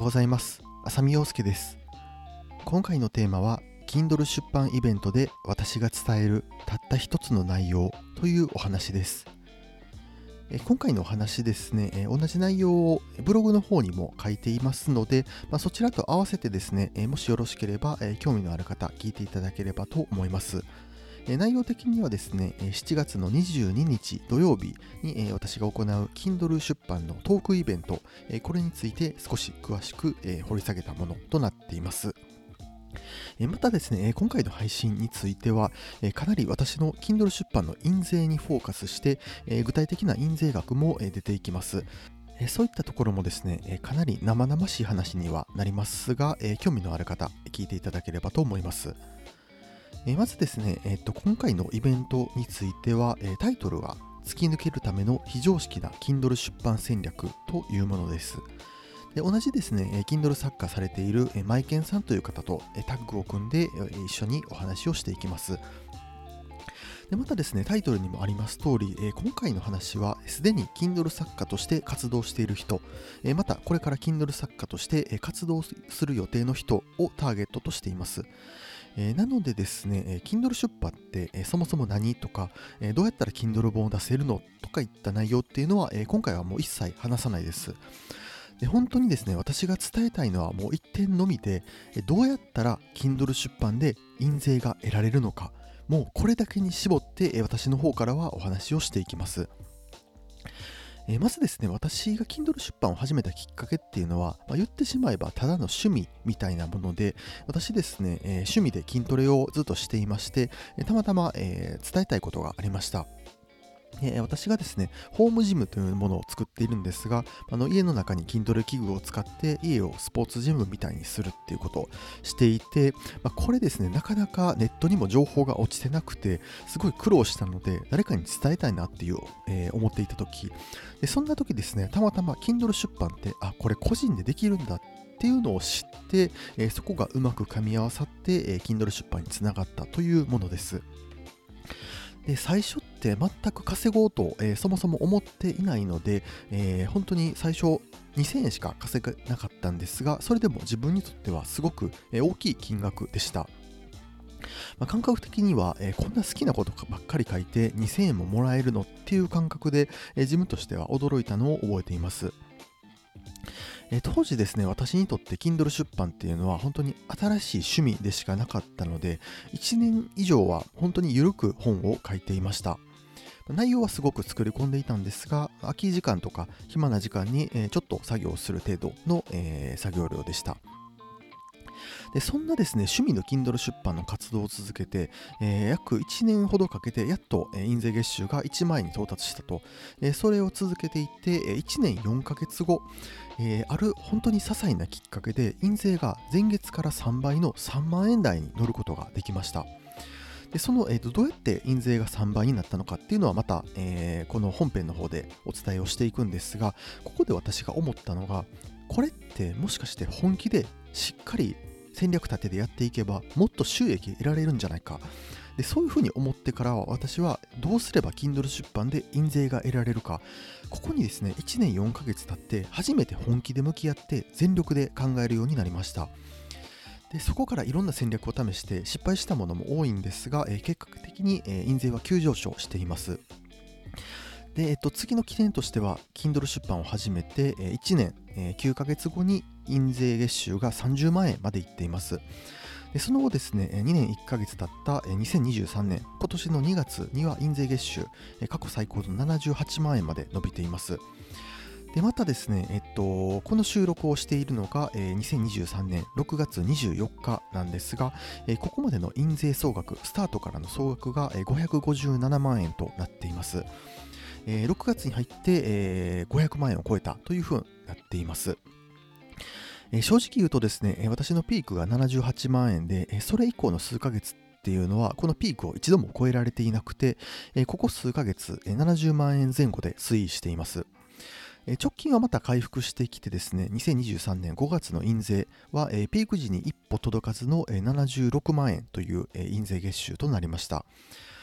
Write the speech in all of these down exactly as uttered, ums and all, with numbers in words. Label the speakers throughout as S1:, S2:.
S1: ございます。浅見陽介です。今回のテーマは Kindle 出版イベントで私が伝えるたった一つの内容というお話です。え今回のお話ですね、え同じ内容をブログの方にも書いていますので、まあ、そちらと合わせてですね、えもしよろしければ、え興味のある方聞いていただければと思います。え内容的にはですね、しちがつのにじゅうににち土曜日にえ私が行う Kindle 出版のトークイベント、えこれについて少し詳しくえ掘り下げたものとなっています。えまたですね、今回の配信については、えかなり私の Kindle 出版の印税にフォーカスして、え具体的な印税額もえ出ていきます。えそういったところもですね、えかなり生々しい話にはなりますが、え興味のある方、聞いていただければと思います。えまずですね、えっと、今回のイベントについては、えタイトルは突き抜けるための非常識な Kindle 出版戦略というものです。で同じですね、Kindle 作家されているマイケンさんという方とタッグを組んで一緒にお話をしていきます。でまたですね、タイトルにもあります通り、えー今回の話はすでに Kindle 作家として活動している人、えーまたこれから Kindle 作家としてえー活動する予定の人をターゲットとしています。えーなのでですね、えー Kindle 出版って、えーそもそも何とか、えーどうやったら Kindle 本を出せるのとかいった内容っていうのは、えー今回はもう一切話さないです。で本当にですね、私が伝えたいのはもう一点のみで、えーどうやったら Kindle 出版で印税が得られるのか、もうこれだけに絞って、えー私の方からはお話をしていきます。えーまずですね、私が Kindle 出版を始めたきっかけっていうのは、まあ、言ってしまえばただの趣味みたいなもので、私ですね、えー趣味で筋トレをずっとしていまして、えーたまたま、えー伝えたいことがありました。えー私がですね、ホームジムというものを作っているんですが、あの家の中に筋トレ器具を使って家をスポーツジムみたいにするっていうことをしていて、まあ、これですね、なかなかネットにも情報が落ちてなくて、すごい苦労したので、誰かに伝えたいなっていう、えー思っていた時で、そんな時ですね、たまたま Kindle 出版って、あ、これ個人でできるんだっていうのを知って、えーそこがうまく噛み合わさって、えー Kindle 出版につながったというものです。で最初って全く稼ごうと、えーそもそも思っていないので、えー本当に最初にせんえんしか稼げなかったんですが、それでも自分にとってはすごく、えー大きい金額でした。まあ、感覚的には、えーこんな好きなことばっかり書いてにせんえんももらえるのっていう感覚で、えー自分としては驚いたのを覚えています。えー当時ですね、私にとって Kindle 出版っていうのは本当に新しい趣味でしかなかったので、いちねん以上は本当に緩く本を書いていました。内容はすごく作り込んでいたんですが、空き時間とか暇な時間に、えーちょっと作業する程度の、えー作業量でした。でそんなですね、趣味の Kindle 出版の活動を続けて、えー約いちねんほどかけて、やっと、えー印税月収がいちまん円に到達したと。えーそれを続けていって、えーいちねんよんかげつご、えーある本当に些細なきっかけで、印税が前月からさんばいのさんまん円台に乗ることができました。でその、えーと、どうやって印税がさんばいになったのかっていうのはまた、えーこの本編の方でお伝えをしていくんですが、ここで私が思ったのが、これってもしかして本気でしっかり戦略立てでやっていけばもっと収益得られるんじゃないか。でそういうふうに思ってからは、私はどうすれば Kindle 出版で印税が得られるか、ここにですねいちねんよんかげつ経って初めて本気で向き合って全力で考えるようになりました。でそこからいろんな戦略を試して失敗したものも多いんですが、えー結果的に、えー印税は急上昇しています。で、えっと、次の起点としては Kindle 出版を始めて、えーいちねん、えーきゅうかげつごに印税月収がさんじゅうまん円までいっています。でその後ですね、えーにねんいっかげつ経ったえーにせんにじゅうさんねん、今年のにがつには印税月収、えー過去最高のななじゅうはちまん円まで伸びています。でまたですね、えっと、この収録をしているのが、えーにせんにじゅうさんねんろくがつにじゅうよっかなんですが、えーここまでの印税総額、スタートからの総額がえーごひゃくごじゅうななまん円となっています。えーろくがつに入って、えーごひゃくまん円を超えたというふうになっています。えー正直言うとですね、えー私のピークがななじゅうはちまん円で、えーそれ以降の数ヶ月っていうのは、このピークを一度も超えられていなくて、えーここ数ヶ月、えーななじゅうまん円前後で推移しています。えー直近はまた回復してきてですね、にせんにじゅうさんねんごがつの印税は、えーピーク時に一歩届かずの、えーななじゅうろくまん円という、えー印税月収となりました。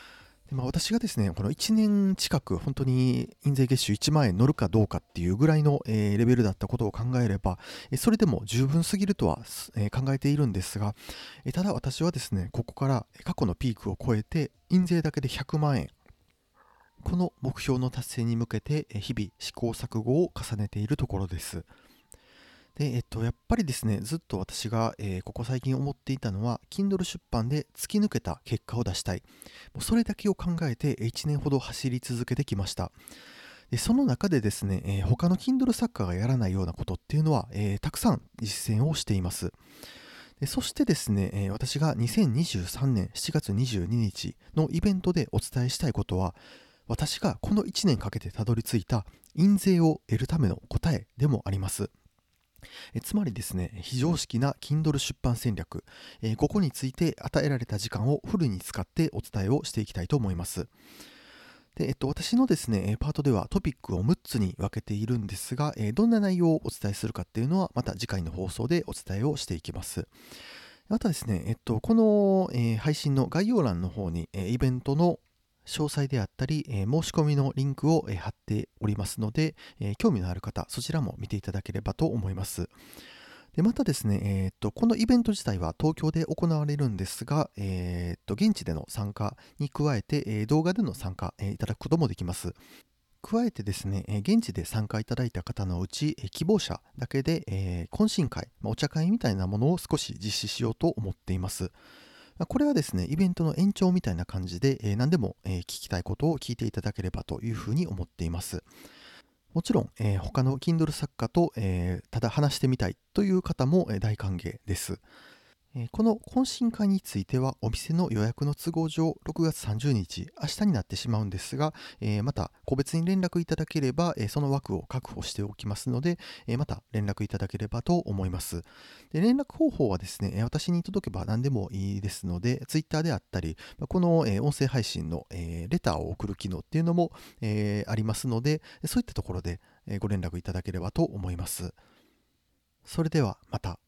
S1: でまあ、私がですね、このいちねん近く本当に印税月収いちまん円乗るかどうかっていうぐらいの、えーレベルだったことを考えれば、えーそれでも十分すぎるとは、すえー考えているんですが、えーただ私はですね、ここからえー過去のピークを超えて、印税だけでひゃくまん円、この目標の達成に向けて、えー日々試行錯誤を重ねているところです。で、えっと、やっぱりですね、ずっと私が、えーここ最近思っていたのは、Kindle 出版で突き抜けた結果を出したい。もうそれだけを考えていちねんほど走り続けてきました。で、その中でですね、えー他の Kindle 作家がやらないようなことっていうのは、えーたくさん実践をしています。でそしてですね、えー私がにせんにじゅうさんねんしちがつにじゅうににちのイベントでお伝えしたいことは、私がこのいちねんかけてたどり着いた印税を得るための答えでもあります。えつまりですね、非常識な Kindle 出版戦略、えーここについて与えられた時間をフルに使ってお伝えをしていきたいと思います。で、えっと、私のですね、パートではトピックをむっつに分けているんですが、えーどんな内容をお伝えするかっていうのは、また次回の放送でお伝えをしていきます。あとはですね、えっと、この、えー配信の概要欄の方に、えーイベントの詳細であったり、えー申し込みのリンクを、えー貼っておりますので、えー興味のある方、そちらも見ていただければと思います。で、またですね、えーっと、このイベント自体は東京で行われるんですが、えーっと、現地での参加に加えて、えー動画での参加、えーいただくこともできます。加えてですね、えー現地で参加いただいた方のうち、えー希望者だけで、えー懇親会、まあお茶会みたいなものを少し実施しようと思っています。まあこれはですね、イベントの延長みたいな感じで、えー何でも、えー聞きたいことを聞いていただければというふうに思っています。もちろん、えー他の Kindle 作家と、えーただ話してみたいという方も、えー大歓迎です。えーこの懇親会についてはお店の予約の都合上ろくがつさんじゅうにち、明日になってしまうんですが、えーまた個別に連絡いただければ、えーその枠を確保しておきますので、えーまた連絡いただければと思います。で、連絡方法はですね、えー私に届けば何でもいいですので、Twitter であったり、まあこの、えー音声配信の、えーレターを送る機能っていうのも、えーありますので、そういったところでえーご連絡いただければと思います。それではまた。